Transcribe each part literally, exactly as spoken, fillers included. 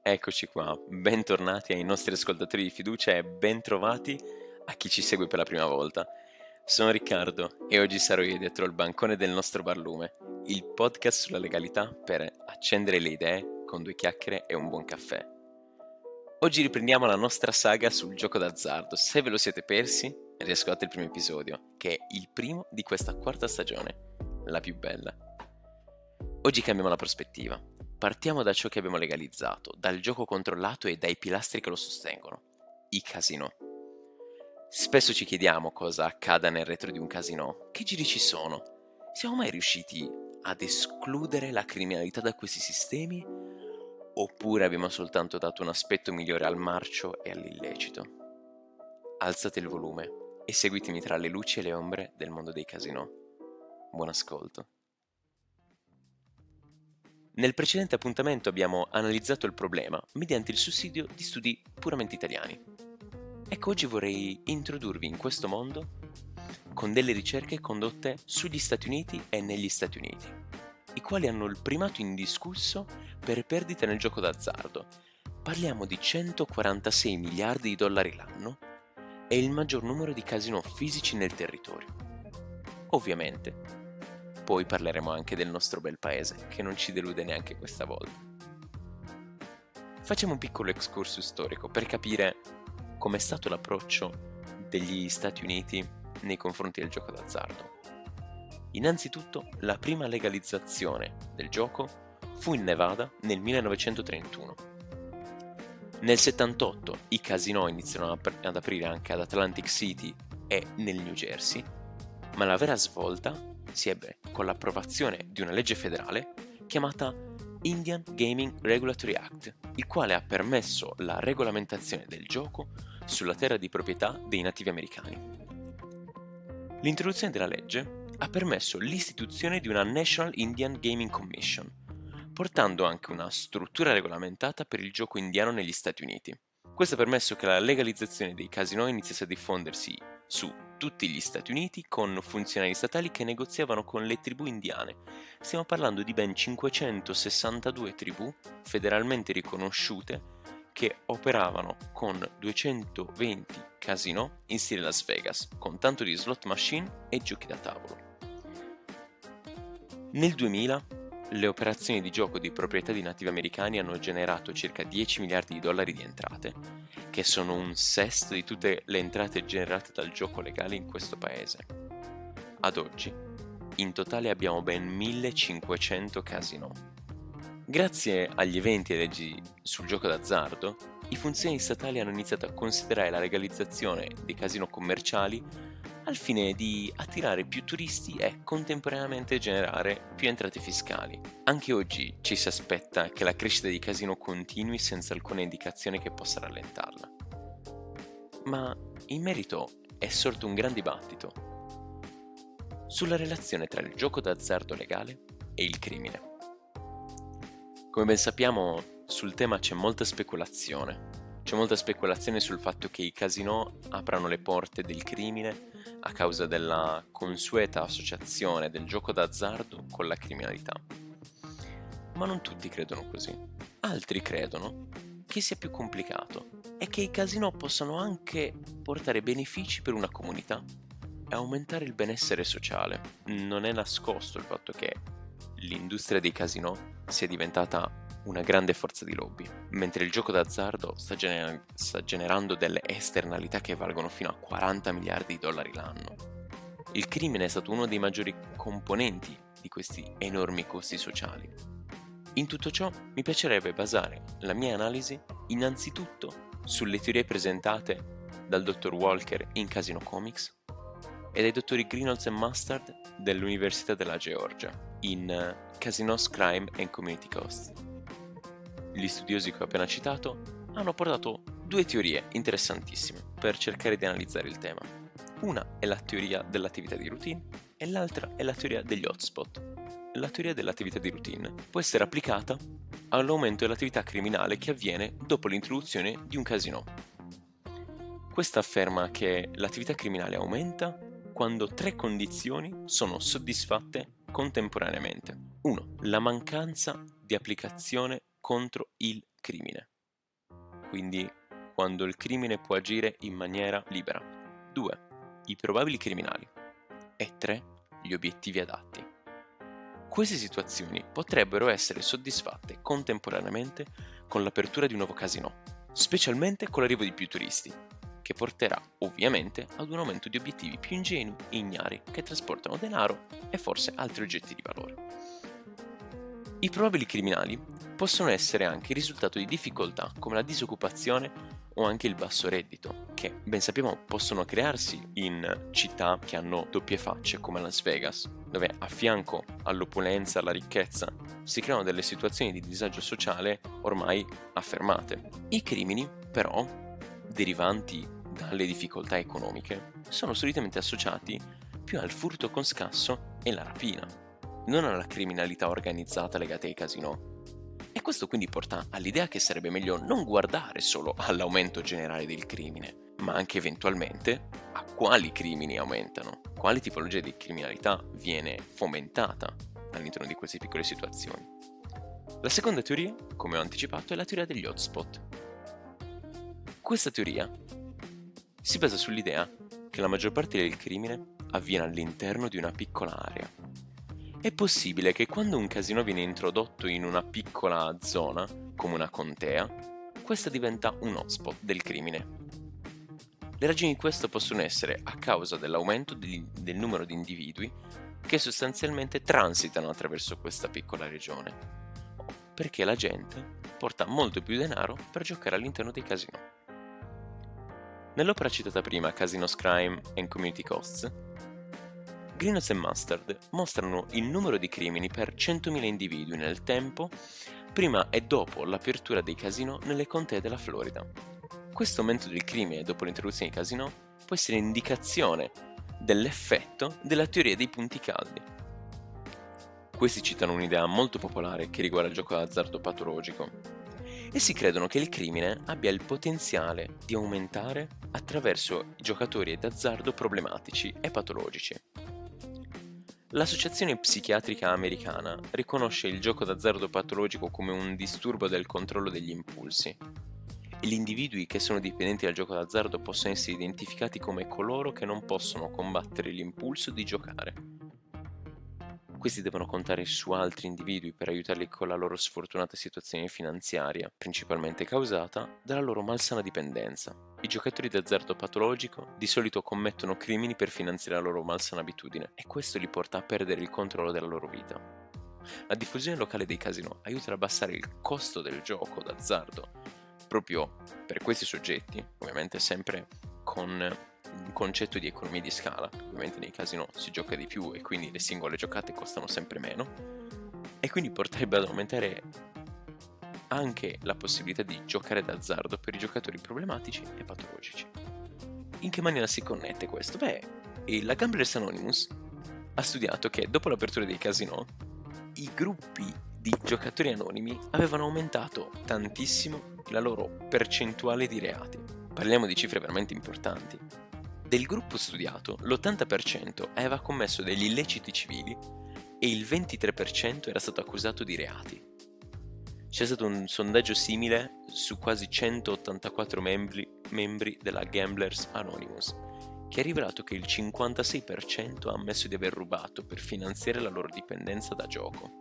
Eccoci qua, bentornati ai nostri ascoltatori di fiducia e bentrovati a chi ci segue per la prima volta. Sono Riccardo e oggi sarò io dietro il bancone del nostro barlume, il podcast sulla legalità per accendere le idee con due chiacchiere e un buon caffè. Oggi riprendiamo la nostra saga sul gioco d'azzardo. Se ve lo siete persi, riascoltate il primo episodio, che è il primo di questa quarta stagione, la più bella. Oggi cambiamo la prospettiva. Partiamo da ciò che abbiamo legalizzato, dal gioco controllato e dai pilastri che lo sostengono, i casinò. Spesso ci chiediamo cosa accada nel retro di un casinò, che giri ci sono. Siamo mai riusciti ad escludere la criminalità da questi sistemi? Oppure abbiamo soltanto dato un aspetto migliore al marcio e all'illecito? Alzate il volume e seguitemi tra le luci e le ombre del mondo dei casinò. Buon ascolto. Nel precedente appuntamento abbiamo analizzato il problema mediante il sussidio di studi puramente italiani. Ecco, oggi vorrei introdurvi in questo mondo con delle ricerche condotte sugli Stati Uniti e negli Stati Uniti, i quali hanno il primato indiscusso per perdite nel gioco d'azzardo. Parliamo di centoquarantasei miliardi di dollari l'anno e il maggior numero di casinò fisici nel territorio. Ovviamente, poi parleremo anche del nostro bel paese, che non ci delude neanche questa volta. Facciamo un piccolo excursus storico per capire com'è stato l'approccio degli Stati Uniti nei confronti del gioco d'azzardo. Innanzitutto, la prima legalizzazione del gioco fu in Nevada nel millenovecentotrentuno. Nel settantotto i casinò iniziarono ad aprire anche ad Atlantic City e nel New Jersey, ma la vera svolta si ebbe con l'approvazione di una legge federale chiamata Indian Gaming Regulatory Act, il quale ha permesso la regolamentazione del gioco sulla terra di proprietà dei nativi americani. L'introduzione della legge ha permesso l'istituzione di una National Indian Gaming Commission, portando anche una struttura regolamentata per il gioco indiano negli Stati Uniti. Questo ha permesso che la legalizzazione dei casinò iniziasse a diffondersi su tutti gli Stati Uniti con funzionari statali che negoziavano con le tribù indiane. Stiamo parlando di ben cinquecentosessantadue tribù federalmente riconosciute che operavano con duecentoventi casinò in stile Las Vegas, con tanto di slot machine e giochi da tavolo. Nel duemila le operazioni di gioco di proprietà di nativi americani hanno generato circa dieci miliardi di dollari di entrate, che sono un sesto di tutte le entrate generate dal gioco legale in questo paese. Ad oggi, in totale abbiamo ben millecinquecento casinò. Grazie agli eventi e leggi sul gioco d'azzardo, i funzionari statali hanno iniziato a considerare la legalizzazione dei casinò commerciali al fine di attirare più turisti e contemporaneamente generare più entrate fiscali. Anche oggi ci si aspetta che la crescita dei casinò continui senza alcuna indicazione che possa rallentarla. Ma in merito è sorto un gran dibattito sulla relazione tra il gioco d'azzardo legale e il crimine. Come ben sappiamo, sul tema c'è molta speculazione. C'è molta speculazione sul fatto che i casinò aprano le porte del crimine a causa della consueta associazione del gioco d'azzardo con la criminalità. Ma non tutti credono così. Altri credono che sia più complicato e che i casinò possano anche portare benefici per una comunità e aumentare il benessere sociale. Non è nascosto il fatto che l'industria dei casinò sia diventata una grande forza di lobby, mentre il gioco d'azzardo sta, gener- sta generando delle esternalità che valgono fino a quaranta miliardi di dollari l'anno. Il crimine è stato uno dei maggiori componenti di questi enormi costi sociali. In tutto ciò mi piacerebbe basare la mia analisi innanzitutto sulle teorie presentate dal dottor Walker in Casino Comics e dai dottori Greenholz e Mustard dell'Università della Georgia in uh, Casinos, Crime and Community Costs. Gli studiosi che ho appena citato hanno portato due teorie interessantissime per cercare di analizzare il tema. Una è la teoria dell'attività di routine e l'altra è la teoria degli hotspot. La teoria dell'attività di routine può essere applicata all'aumento dell'attività criminale che avviene dopo l'introduzione di un casinò. Questa afferma che l'attività criminale aumenta quando tre condizioni sono soddisfatte contemporaneamente. uno. La mancanza di applicazione contro il crimine. quindi quando il crimine può agire in maniera libera. due. I probabili criminali. E tre. Gli obiettivi adatti. Queste situazioni potrebbero essere soddisfatte contemporaneamente con l'apertura di un nuovo casinò, specialmente con l'arrivo di più turisti, che porterà ovviamente ad un aumento di obiettivi più ingenui e ignari che trasportano denaro e forse altri oggetti di valore. I probabili criminali possono essere anche il risultato di difficoltà come la disoccupazione o anche il basso reddito, che ben sappiamo possono crearsi in città che hanno doppie facce come Las Vegas, dove a fianco all'opulenza, alla ricchezza, si creano delle situazioni di disagio sociale ormai affermate. I crimini, però, derivanti dalle difficoltà economiche, sono solitamente associati più al furto con scasso e la rapina, non alla criminalità organizzata legata ai casinò. E questo quindi porta all'idea che sarebbe meglio non guardare solo all'aumento generale del crimine, ma anche eventualmente a quali crimini aumentano, quale tipologia di criminalità viene fomentata all'interno di queste piccole situazioni. La seconda teoria, come ho anticipato, è la teoria degli hotspot. Questa teoria si basa sull'idea che la maggior parte del crimine avviene all'interno di una piccola area. È possibile che quando un casino viene introdotto in una piccola zona, come una contea, questa diventa un hotspot del crimine. Le ragioni di questo possono essere a causa dell'aumento di, del numero di individui che sostanzialmente transitano attraverso questa piccola regione, o perché la gente porta molto più denaro per giocare all'interno dei casinò. Nell'opera citata prima, Casinos Crime and Community Costs, Greenhouse e Mustard mostrano il numero di crimini per centomila individui nel tempo prima e dopo l'apertura dei casinò nelle contee della Florida. Questo aumento del crimine dopo l'introduzione dei casinò può essere indicazione dell'effetto della teoria dei punti caldi. Questi citano un'idea molto popolare che riguarda il gioco d'azzardo patologico. Essi credono che il crimine abbia il potenziale di aumentare attraverso i giocatori d'azzardo problematici e patologici. L'Associazione Psichiatrica Americana riconosce il gioco d'azzardo patologico come un disturbo del controllo degli impulsi e gli individui che sono dipendenti dal gioco d'azzardo possono essere identificati come coloro che non possono combattere l'impulso di giocare. Questi devono contare su altri individui per aiutarli con la loro sfortunata situazione finanziaria, principalmente causata dalla loro malsana dipendenza. I giocatori d'azzardo patologico di solito commettono crimini per finanziare la loro malsana abitudine e questo li porta a perdere il controllo della loro vita. La diffusione locale dei casinò aiuta ad abbassare il costo del gioco d'azzardo proprio per questi soggetti, ovviamente sempre con un concetto di economia di scala. Ovviamente nei casinò si gioca di più e quindi le singole giocate costano sempre meno e quindi porterebbe ad aumentare anche la possibilità di giocare d'azzardo per i giocatori problematici e patologici. In che maniera si connette questo? Beh, la Gamblers Anonymous ha studiato che dopo l'apertura dei casinò i gruppi di giocatori anonimi avevano aumentato tantissimo la loro percentuale di reati. Parliamo di cifre veramente importanti. Del gruppo studiato, l'ottanta per cento aveva commesso degli illeciti civili e il ventitré per cento era stato accusato di reati. C'è stato un sondaggio simile su quasi centottantaquattro membri, membri della Gamblers Anonymous, che ha rivelato che il cinquantasei per cento ha ammesso di aver rubato per finanziare la loro dipendenza da gioco.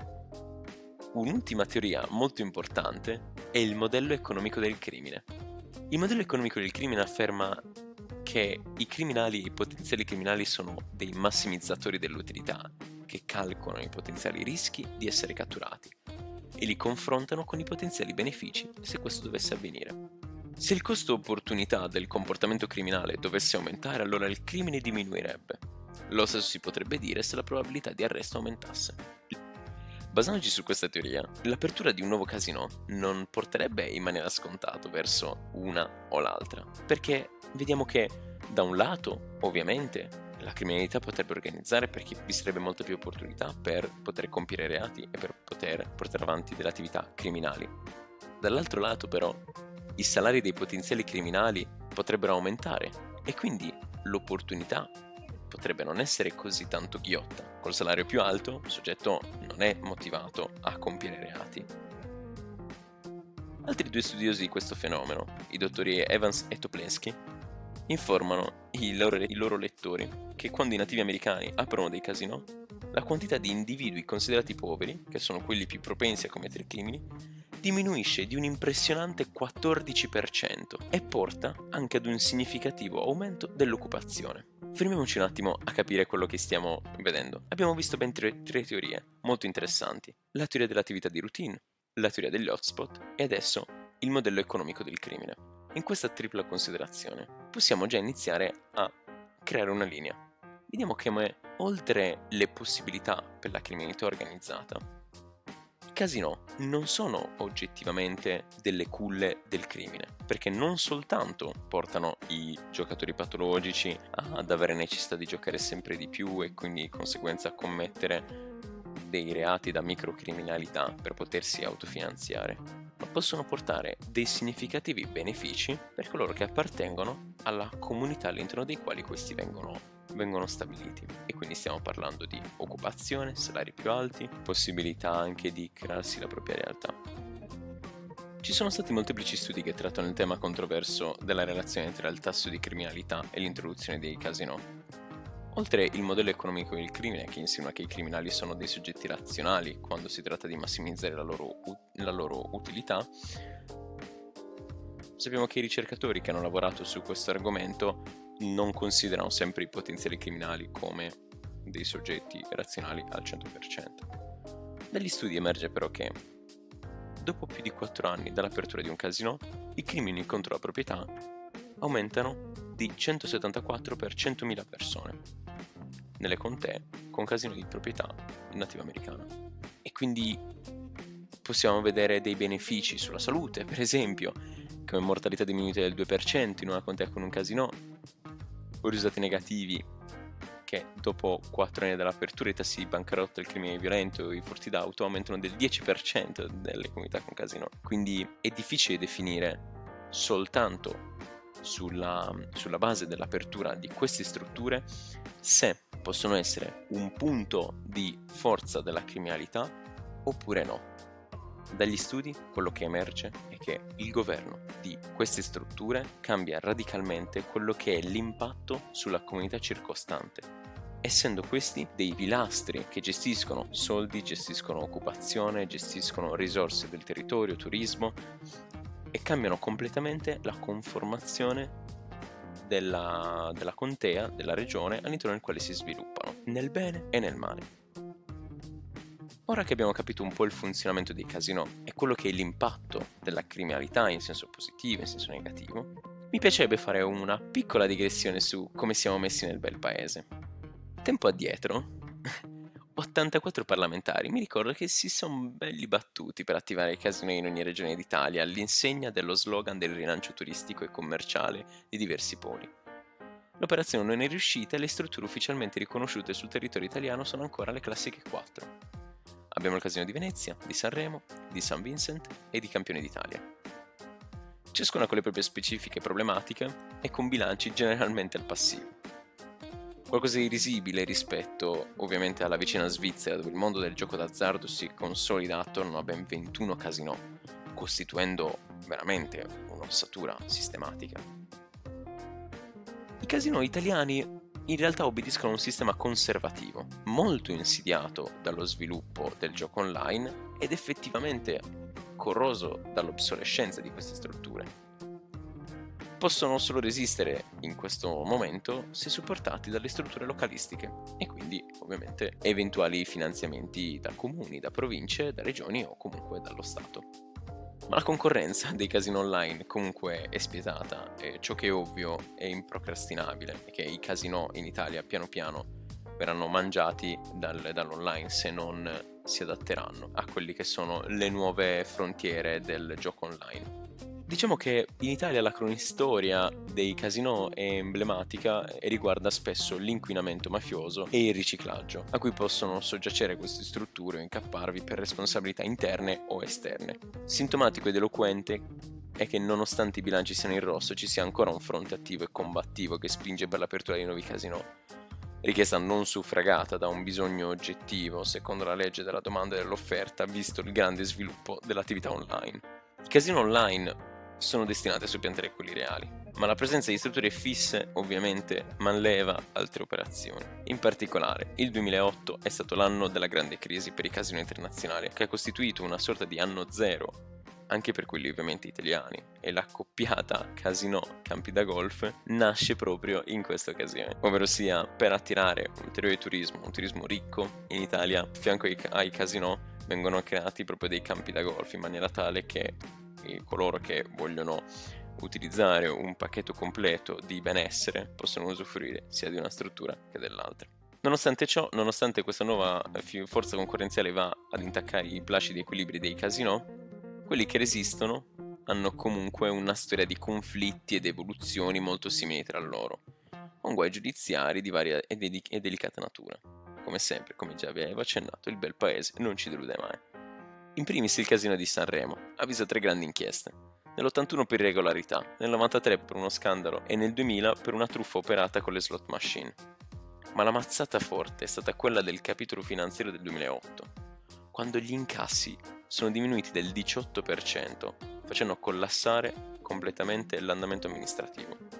Un'ultima teoria molto importante è il modello economico del crimine. Il modello economico del crimine afferma che i criminali e i potenziali criminali sono dei massimizzatori dell'utilità, che calcolano i potenziali rischi di essere catturati e li confrontano con i potenziali benefici se questo dovesse avvenire. Se il costo opportunità del comportamento criminale dovesse aumentare, allora il crimine diminuirebbe. Lo stesso si potrebbe dire se la probabilità di arresto aumentasse. Basandoci su questa teoria, l'apertura di un nuovo casinò non porterebbe in maniera scontata verso una o l'altra, perché vediamo che da un lato, ovviamente, la criminalità potrebbe organizzare perché vi sarebbe molta più opportunità per poter compiere reati e per poter portare avanti delle attività criminali. Dall'altro lato, però, i salari dei potenziali criminali potrebbero aumentare e quindi l'opportunità potrebbe non essere così tanto ghiotta. Col salario più alto, il soggetto non è motivato a compiere reati. Altri due studiosi di questo fenomeno, i dottori Evans e Toplensky, informano i loro, i loro lettori che quando i nativi americani aprono dei casinò, la quantità di individui considerati poveri, che sono quelli più propensi a commettere crimini, diminuisce di un impressionante quattordici per cento e porta anche ad un significativo aumento dell'occupazione. Fermiamoci un attimo a capire quello che stiamo vedendo. Abbiamo visto ben tre, tre teorie molto interessanti: la teoria dell'attività di routine, la teoria degli hotspot e adesso il modello economico del crimine. In questa tripla considerazione possiamo già iniziare a creare una linea. Vediamo come, oltre le possibilità per la criminalità organizzata, i casinò non sono oggettivamente delle culle del crimine, perché non soltanto portano i giocatori patologici ad avere necessità di giocare sempre di più e quindi di conseguenza a commettere dei reati da microcriminalità per potersi autofinanziare, ma possono portare dei significativi benefici per coloro che appartengono alla comunità all'interno dei quali questi vengono vengono stabiliti. E quindi stiamo parlando di occupazione, salari più alti, possibilità anche di crearsi la propria realtà. Ci sono stati molteplici studi che trattano il tema controverso della relazione tra il tasso di criminalità e l'introduzione dei casinò. Oltre il modello economico del crimine, che insinua che i criminali sono dei soggetti razionali quando si tratta di massimizzare la loro, la loro utilità, sappiamo che i ricercatori che hanno lavorato su questo argomento non considerano sempre i potenziali criminali come dei soggetti razionali al cento per cento. Dagli studi emerge però che, dopo più di quattro anni dall'apertura di un casinò, i crimini contro la proprietà aumentano di centosettantaquattro per centomila persone nelle contee con casinò di proprietà nativa americana. E quindi possiamo vedere dei benefici sulla salute, per esempio, come mortalità diminuita del due per cento in una contea con un casinò, o risultati negativi che dopo quattro anni dall'apertura i tassi di bancarotta, il crimine violento e i furti d'auto aumentano del dieci per cento nelle comunità con casinò. Quindi è difficile definire soltanto sulla, sulla base dell'apertura di queste strutture se possono essere un punto di forza della criminalità oppure no. Dagli studi quello che emerge è che il governo di queste strutture cambia radicalmente quello che è l'impatto sulla comunità circostante, essendo questi dei pilastri che gestiscono soldi, gestiscono occupazione, gestiscono risorse del territorio, turismo, e cambiano completamente la conformazione della, della contea, della regione all'interno del quale si sviluppano, nel bene e nel male. Ora che abbiamo capito un po' il funzionamento dei casinò e quello che è l'impatto della criminalità in senso positivo e in senso negativo, mi piacerebbe fare una piccola digressione su come siamo messi nel bel paese. Tempo addietro, ottantaquattro parlamentari mi ricordo che si sono belli battuti per attivare i casinò in ogni regione d'Italia all'insegna dello slogan del rilancio turistico e commerciale di diversi poli. L'operazione non è riuscita e le strutture ufficialmente riconosciute sul territorio italiano sono ancora le classiche quattro. Abbiamo il Casinò di Venezia, di Sanremo, di San Vincent e di Campione d'Italia. Ciascuna con le proprie specifiche problematiche e con bilanci generalmente al passivo. Qualcosa di risibile rispetto ovviamente alla vicina Svizzera, dove il mondo del gioco d'azzardo si consolida attorno a ben ventuno casinò, costituendo veramente un'ossatura sistematica. I casinò italiani in realtà obbediscono a un sistema conservativo, molto insidiato dallo sviluppo del gioco online ed effettivamente corroso dall'obsolescenza di queste strutture. Possono solo resistere in questo momento se supportati dalle strutture localistiche e quindi ovviamente eventuali finanziamenti da comuni, da province, da regioni o comunque dallo Stato. Ma la concorrenza dei casinò online comunque è spietata e ciò che è ovvio e improcrastinabile è che i casinò in Italia piano piano verranno mangiati dal, dall'online se non si adatteranno a quelli che sono le nuove frontiere del gioco online. Diciamo che in Italia la cronistoria dei casinò è emblematica e riguarda spesso l'inquinamento mafioso e il riciclaggio, a cui possono soggiacere queste strutture o incapparvi per responsabilità interne o esterne. Sintomatico ed eloquente è che nonostante i bilanci siano in rosso ci sia ancora un fronte attivo e combattivo che spinge per l'apertura di nuovi casinò, richiesta non suffragata da un bisogno oggettivo secondo la legge della domanda e dell'offerta visto il grande sviluppo dell'attività online. I casino online sono destinati a soppiantare quelli reali, ma la presenza di strutture fisse ovviamente manleva altre operazioni. In particolare, il duemilaotto è stato l'anno della grande crisi per i casino internazionali, che ha costituito una sorta di anno zero anche per quelli ovviamente italiani, e l'accoppiata casino-campi da golf nasce proprio in questa occasione, ovvero sia per attirare un ulteriore turismo, un turismo ricco. In Italia, a fianco ai, ai casino, vengono creati proprio dei campi da golf in maniera tale che coloro che vogliono utilizzare un pacchetto completo di benessere possono usufruire sia di una struttura che dell'altra. Nonostante ciò, nonostante questa nuova forza concorrenziale va ad intaccare i placidi equilibri dei casinò, quelli che resistono hanno comunque una storia di conflitti ed evoluzioni molto simili tra loro, con guai giudiziari di varia e, dedic- e delicata natura. Come sempre, come già vi avevo accennato, il bel paese non ci delude mai. In primis il casino di Sanremo ha visto tre grandi inchieste. Nell'ottantuno per irregolarità, nel novantatré per uno scandalo e nel duemila per una truffa operata con le slot machine. Ma la mazzata forte è stata quella del capitolo finanziario del duemilaotto, quando gli incassi sono diminuiti del diciotto per cento, facendo collassare completamente l'andamento amministrativo.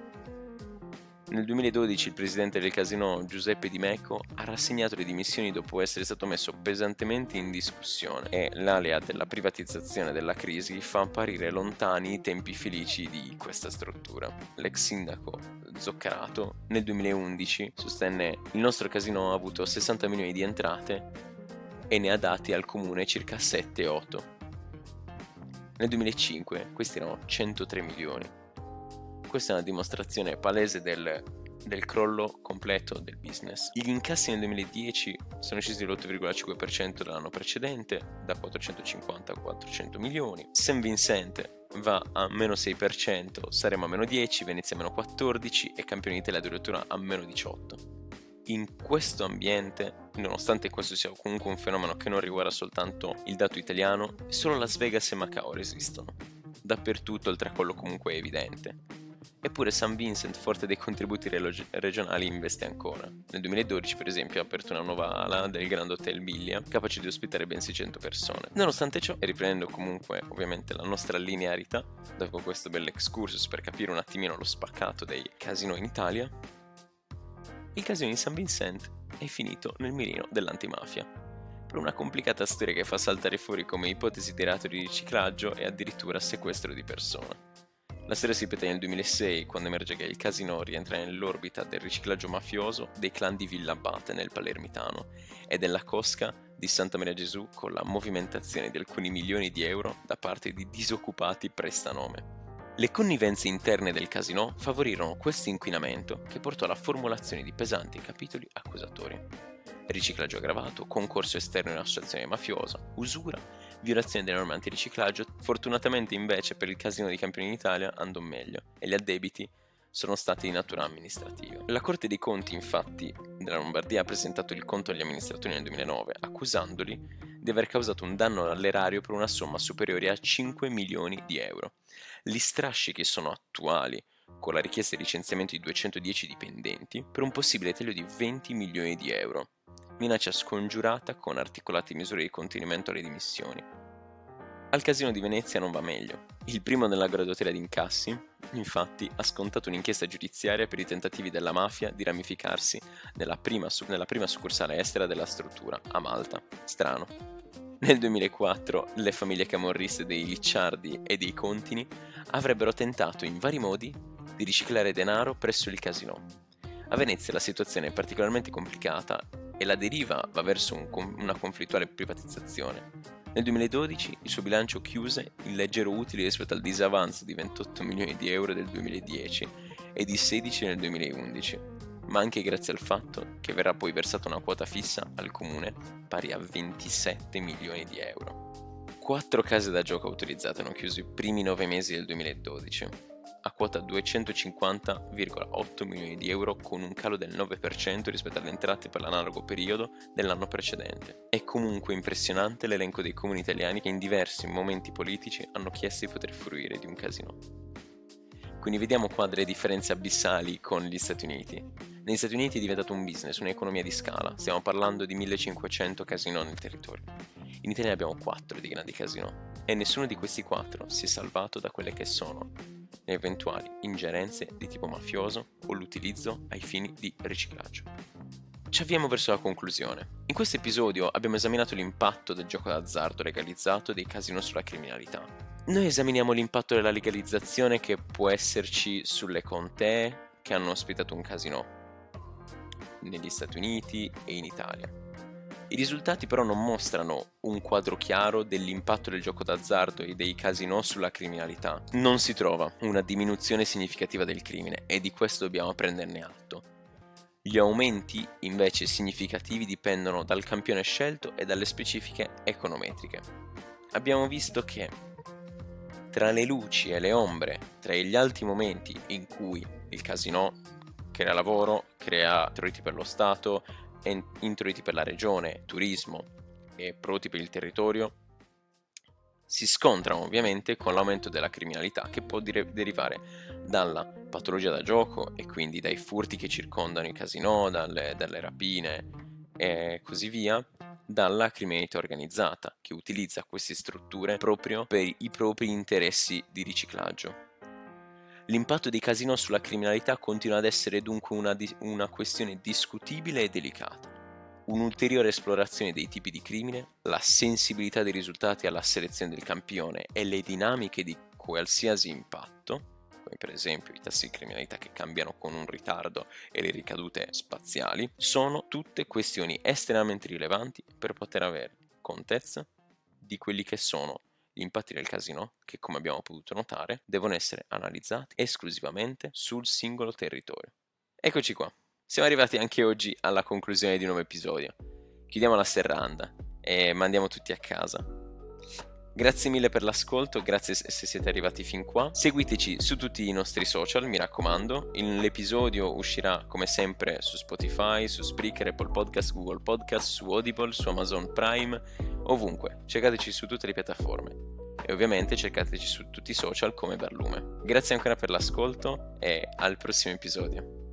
Nel duemiladodici il presidente del casino Giuseppe Di Meco ha rassegnato le dimissioni dopo essere stato messo pesantemente in discussione, e l'alea della privatizzazione della crisi fa apparire lontani i tempi felici di questa struttura. L'ex sindaco Zoccarato nel duemilaundici sostenne: il nostro casino ha avuto sessanta milioni di entrate e ne ha dati al comune circa sette otto. Nel duemilacinque questi erano centotré milioni. Questa è una dimostrazione palese del, del crollo completo del business. Gli incassi nel duemiladieci sono scesi dell'otto virgola cinque per cento dall'anno precedente, da quattrocentocinquanta a quattrocento milioni. Saint Vincent va a meno sei per cento, Sanremo a meno dieci, Venezia a meno quattordici e Campioni d'Italia addirittura a meno diciotto. In questo ambiente, nonostante questo sia comunque un fenomeno che non riguarda soltanto il dato italiano, solo Las Vegas e Macao resistono. Dappertutto il tracollo comunque è evidente. Eppure Saint Vincent, forte dei contributi relo- regionali, investe ancora. Nel duemiladodici, per esempio, ha aperto una nuova ala del Grand Hotel Billia, capace di ospitare ben seicento persone. Nonostante ciò, e riprendendo comunque ovviamente la nostra linearità, dopo questo bell'excursus per capire un attimino lo spaccato dei casino in Italia, il casino di Saint Vincent è finito nel mirino dell'antimafia, per una complicata storia che fa saltare fuori come ipotesi di reato di riciclaggio e addirittura sequestro di persona. La storia si ripete nel duemilasei, quando emerge che il casino rientra nell'orbita del riciclaggio mafioso dei clan di Villa Abate nel Palermitano e della cosca di Santa Maria Gesù, con la movimentazione di alcuni milioni di euro da parte di disoccupati prestanome. Le connivenze interne del casino favorirono questo inquinamento, che portò alla formulazione di pesanti capitoli accusatori: riciclaggio aggravato, concorso esterno in associazione mafiosa, usura, violazione delle norme antiriciclaggio. Fortunatamente invece per il casino di Campioni d'Italia andò meglio e gli addebiti sono stati di natura amministrativa. La Corte dei Conti infatti della Lombardia ha presentato il conto agli amministratori nel duemilanove, accusandoli di aver causato un danno all'erario per una somma superiore a cinque milioni di euro. Gli strascichi sono attuali, con la richiesta di licenziamento di duecentodieci dipendenti per un possibile taglio di venti milioni di euro. Minaccia scongiurata con articolate misure di contenimento alle dimissioni. Al casino di Venezia non va meglio. Il primo nella graduatoria di incassi, infatti, ha scontato un'inchiesta giudiziaria per i tentativi della mafia di ramificarsi nella prima, nella prima succursale estera della struttura, a Malta. Strano. Nel duemilaquattro le famiglie camorriste dei Licciardi e dei Contini avrebbero tentato in vari modi di riciclare denaro presso il casino. A Venezia la situazione è particolarmente complicata e la deriva va verso un, una conflittuale privatizzazione. Nel duemiladodici il suo bilancio chiuse in leggero utile rispetto al disavanzo di ventotto milioni di euro del duemiladieci e di sedici nel duemilaundici, ma anche grazie al fatto che verrà poi versata una quota fissa al comune pari a ventisette milioni di euro. Quattro case da gioco autorizzate hanno chiuso i primi nove mesi del duemiladodici, a quota duecentocinquanta virgola otto milioni di euro, con un calo del nove per cento rispetto alle entrate per l'analogo periodo dell'anno precedente. È comunque impressionante l'elenco dei comuni italiani che in diversi momenti politici hanno chiesto di poter fruire di un casino. Quindi vediamo qua delle differenze abissali con gli Stati Uniti. Negli Stati Uniti è diventato un business, un'economia di scala, stiamo parlando di millecinquecento casino nel territorio. In Italia abbiamo quattro di grandi casino, e nessuno di questi quattro si è salvato da quelle che sono le eventuali ingerenze di tipo mafioso o l'utilizzo ai fini di riciclaggio. Ci avviamo verso la conclusione. In questo episodio abbiamo esaminato l'impatto del gioco d'azzardo legalizzato e dei casinò sulla criminalità. Noi esaminiamo l'impatto della legalizzazione che può esserci sulle contee che hanno ospitato un casinò negli Stati Uniti e in Italia. I risultati però non mostrano un quadro chiaro dell'impatto del gioco d'azzardo e dei casinò sulla criminalità. Non si trova una diminuzione significativa del crimine e di questo dobbiamo prenderne atto. Gli aumenti invece significativi dipendono dal campione scelto e dalle specifiche econometriche. Abbiamo visto che tra le luci e le ombre, tra gli alti momenti in cui il casinò crea lavoro, crea introiti per lo Stato, introiti per la regione, turismo e prodotti per il territorio, si scontrano ovviamente con l'aumento della criminalità che può dire- derivare dalla patologia da gioco e quindi dai furti che circondano i casinò, dalle, dalle rapine e così via, dalla criminalità organizzata che utilizza queste strutture proprio per i propri interessi di riciclaggio. L'impatto dei casinò sulla criminalità continua ad essere dunque una, di- una questione discutibile e delicata. Un'ulteriore esplorazione dei tipi di crimine, la sensibilità dei risultati alla selezione del campione e le dinamiche di qualsiasi impatto, come per esempio i tassi di criminalità che cambiano con un ritardo e le ricadute spaziali, sono tutte questioni estremamente rilevanti per poter avere contezza di quelli che sono gli impatti del casinò che, come abbiamo potuto notare, devono essere analizzati esclusivamente sul singolo territorio. Eccoci qua. Siamo arrivati anche oggi alla conclusione di un nuovo episodio. Chiudiamo la serranda e mandiamo tutti a casa. Grazie mille per l'ascolto, grazie se siete arrivati fin qua. Seguiteci su tutti i nostri social, mi raccomando. L'episodio uscirà come sempre su Spotify, su Spreaker, Apple Podcast, Google Podcast, su Audible, su Amazon Prime, ovunque. Cercateci su tutte le piattaforme. E ovviamente cercateci su tutti i social come Barlume. Grazie ancora per l'ascolto e al prossimo episodio.